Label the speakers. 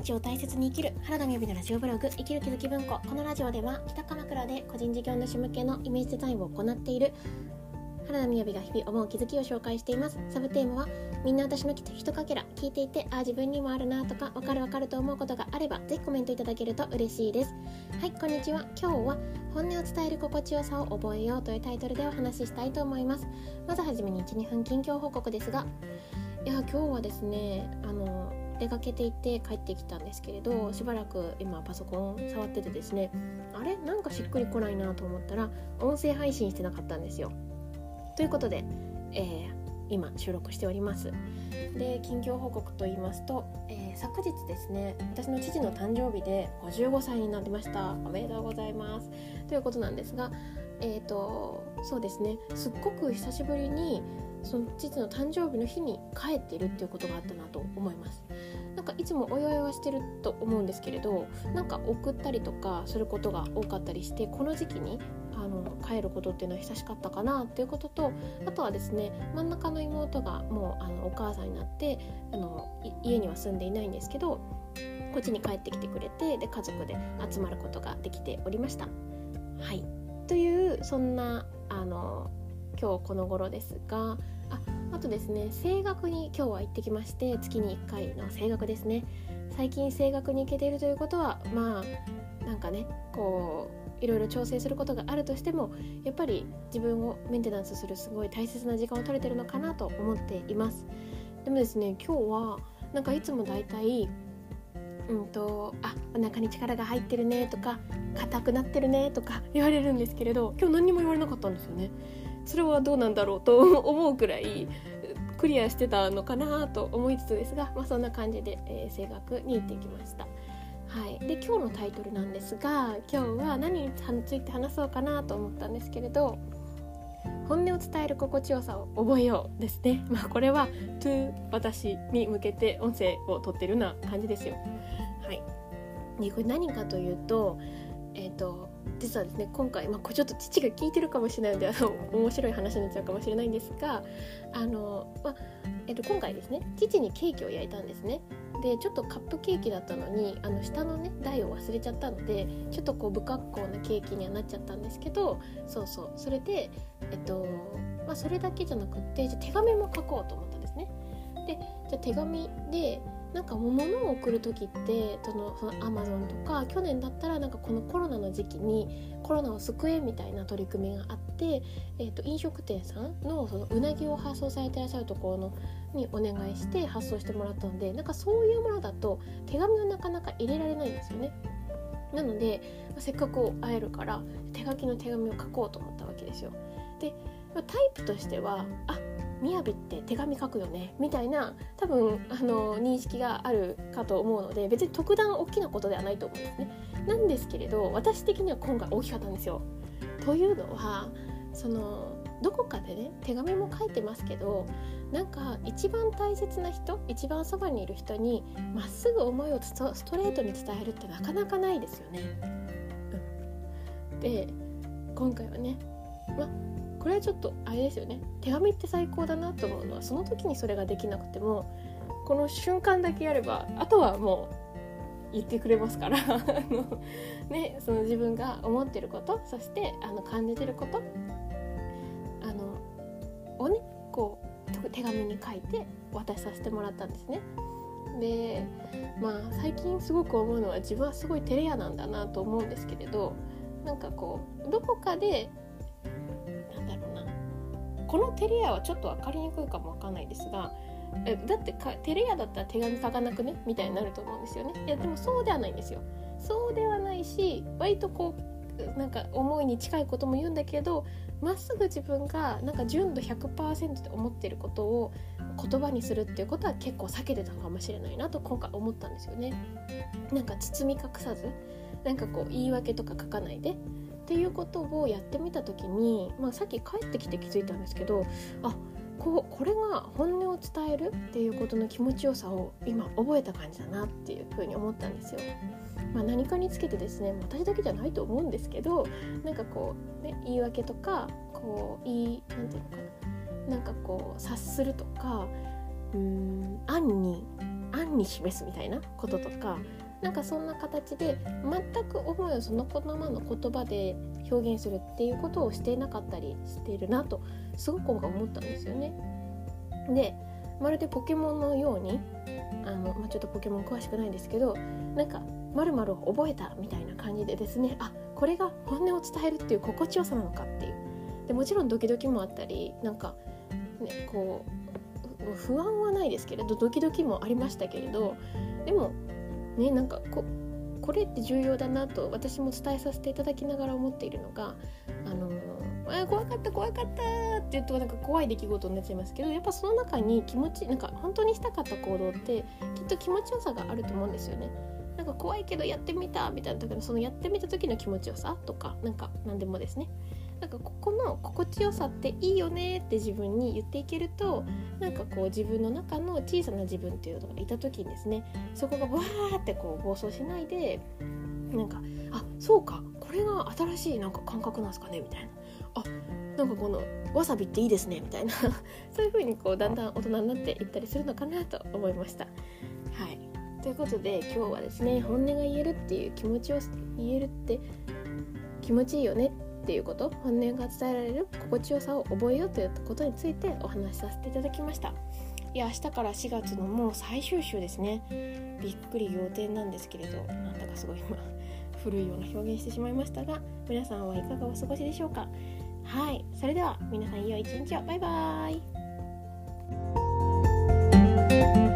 Speaker 1: 日を大切に生きる原田美由のラジオブログ生きる気づき文庫。このラジオでは北鎌倉で個人事業主向けのイメージデザインを行っている原田美由が日々思う気づきを紹介しています。サブテーマはみんな私のひとかけら聞いていて自分にもあるなとかわかると思うことがあればぜひコメントいただけると嬉しいです。はい、こんにちは。今日は本音を伝える心地よさを覚えようというタイトルでお話ししたいと思います。まずはじめに 1,2 分近況報告ですが、今日はですね出かけていって帰ってきたんですけれど、しばらく今パソコン触っててですね、なんかしっくりこないなと思ったら音声配信してなかったんですよ。ということで、今収録しております。で、近況報告と言いますと、昨日ですね、私の父の誕生日で55歳になりました。おめでとうございますということなんですが、そうですね、すっごく久しぶりにその父の誕生日の日に帰っているっていうことがあったなと思います。なんかいつもお祝いはしてると思うんですけれど、なんか送ったりとかすることが多かったりして、この時期に帰ることっていうのは久しかったかなっていうことと、あとはですね、真ん中の妹がもうお母さんになって家には住んでいないんですけど、こっちに帰ってきてくれて、で家族で集まることができておりました。はい、というそんな今日この頃ですが、あとですね、声楽に今日は行ってきまして、月に1回の声楽ですね。最近声楽に行けているということは、なんかね、こういろいろ調整することがあるとしても、やっぱり自分をメンテナンスするすごい大切な時間を取れてるのかなと思っています。でもですね、今日はなんかいつもだいたいお腹に力が入ってるねとか硬くなってるねとか言われるんですけれど、今日何にも言われなかったんですよね。それはどうなんだろうと思うくらいクリアしてたのかなと思いつつですが、そんな感じで、声楽に行ってきました。はい、で今日のタイトルなんですが、今日は何について話そうかなと思ったんですけれど、本音を伝える心地よさを覚えようですね。これは to 私に向けて音声を撮ってるような感じですよ。はい、でこれ何かというと、実はですね、今回、これちょっと父が聞いてるかもしれないので面白い話になっちゃうかもしれないんですが、今回ですね、父にケーキを焼いたんですね。でちょっとカップケーキだったのに下のね台を忘れちゃったので、ちょっと不格好なケーキにはなっちゃったんですけど、それでそれだけじゃなくって、手紙も書こうと思ったんですね。でじゃあ手紙でなんか物を送る時って、その Amazon とか、去年だったらなんかこのコロナの時期にコロナを救えみたいな取り組みがあって、飲食店さんのそのうなぎを発送されていらっしゃるところにお願いして発送してもらったので、なんかそういうものだと手紙をなかなか入れられないんですよね。なので、せっかく会えるから手書きの手紙を書こうと思ったわけですよ。で、タイプとしてはみやびって手紙書くよねみたいな多分認識があるかと思うので、別に特段大きなことではないと思うんですね。なんですけれど、私的には今回大きかったんですよ。というのは、どこかでね手紙も書いてますけど、なんか一番大切な人、一番そばにいる人にまっすぐ思いをストレートに伝えるってなかなかないですよね。で今回はね、これはちょっとあれですよね、手紙って最高だなと思うのは、その時にそれができなくてもこの瞬間だけやればあとはもう言ってくれますからね、その自分が思ってること、そして感じてることをね、こう手紙に書いて渡しさせてもらったんですね。で最近すごく思うのは、自分はすごい照れ屋なんだなと思うんですけれど、なんかこうどこかでこの照れ屋はちょっと分かりにくいかも分かんないですが、だって照れ屋だったら手紙書かなくねみたいになると思うんですよね。いやでもそうではないんですよ。そうではないし、割とこうなんか思いに近いことも言うんだけど、まっすぐ自分がなんか純度 100% で思ってることを言葉にするっていうことは結構避けてたかもしれないなと今回思ったんですよね。なんか包み隠さず、なんかこう言い訳とか書かないでっていうことをやってみたときに、さっき帰ってきて気づいたんですけど、これが本音を伝えるっていうことの気持ちよさを今覚えた感じだなっていうふうに思ったんですよ。何かにつけてですね、私だけじゃないと思うんですけど、なんかこう、ね、言い訳とかこうなんていうのかな、なんかこう察するとか、暗案に示すみたいなこととか、なんかそんな形で全く思いをそのままの言葉で表現するっていうことをしていなかったりしているなとすごく思ったんですよね。でまるでポケモンのようにちょっとポケモン詳しくないんですけど、なんか〇〇を覚えたみたいな感じでですね、これが本音を伝えるっていう心地よさなのかっていう。でもちろんドキドキもあったり、なんかねこう不安はないですけれどドキドキもありましたけれど、でもね、なんかこれって重要だなと私も伝えさせていただきながら思っているのが、怖かったって言うとなんか怖い出来事になっちゃいますけど、やっぱその中になんか本当にしたかった行動ってきっと気持ちよさがあると思うんですよね。なんか怖いけどやってみたみたいな時のそのやってみた時の気持ちよさとか、なんか何でもですね、なんかここの心地よさっていいよねって自分に言っていけると、なんかこう自分の中の小さな自分っていうのがいた時にですね、そこがバーってこう暴走しないで、なんかそうかこれが新しいなんか感覚なんですかねみたいな、なんかこのわさびっていいですねみたいなそういう風にこうだんだん大人になっていったりするのかなと思いました。はい、ということで今日はですね、本音が言えるっていう気持ちを言えるって気持ちいいよねっていうこと、本音が伝えられる心地よさを覚えようということについてお話しさせていただきました。いや、明日から4月のもう最終週ですね。びっくり仰天なんですけれど、なんだかすごい古いような表現してしまいましたが、皆さんはいかがお過ごしでしょうか。はい、それでは皆さん良い一日を。バイバーイ。